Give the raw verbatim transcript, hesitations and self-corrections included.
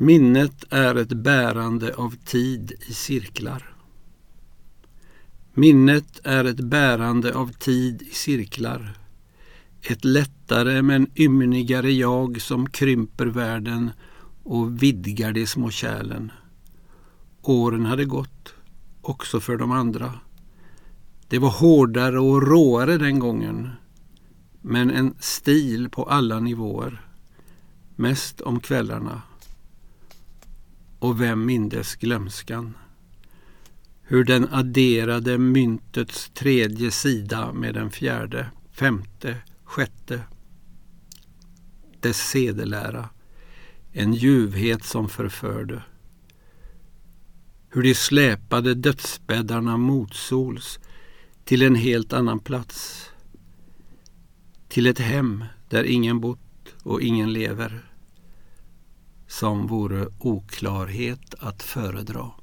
Minnet är ett bärande av tid i cirklar. Minnet är ett bärande av tid i cirklar. Ett lättare men ymnigare jag som krymper världen och vidgar de små kärlen. Åren hade gått, också för de andra. Det var hårdare och råare den gången, men en stil på alla nivåer. Mest om kvällarna. Och vem mindes glömskan? Hur den adderade myntets tredje sida med den fjärde, femte, sjätte. Dess sedelära, en ljuvhet som förförde. Hur de släpade dödsbäddarna motsols till en helt annan plats. Till ett hem där ingen bott och ingen lever. Som vore oklarhet att föredra.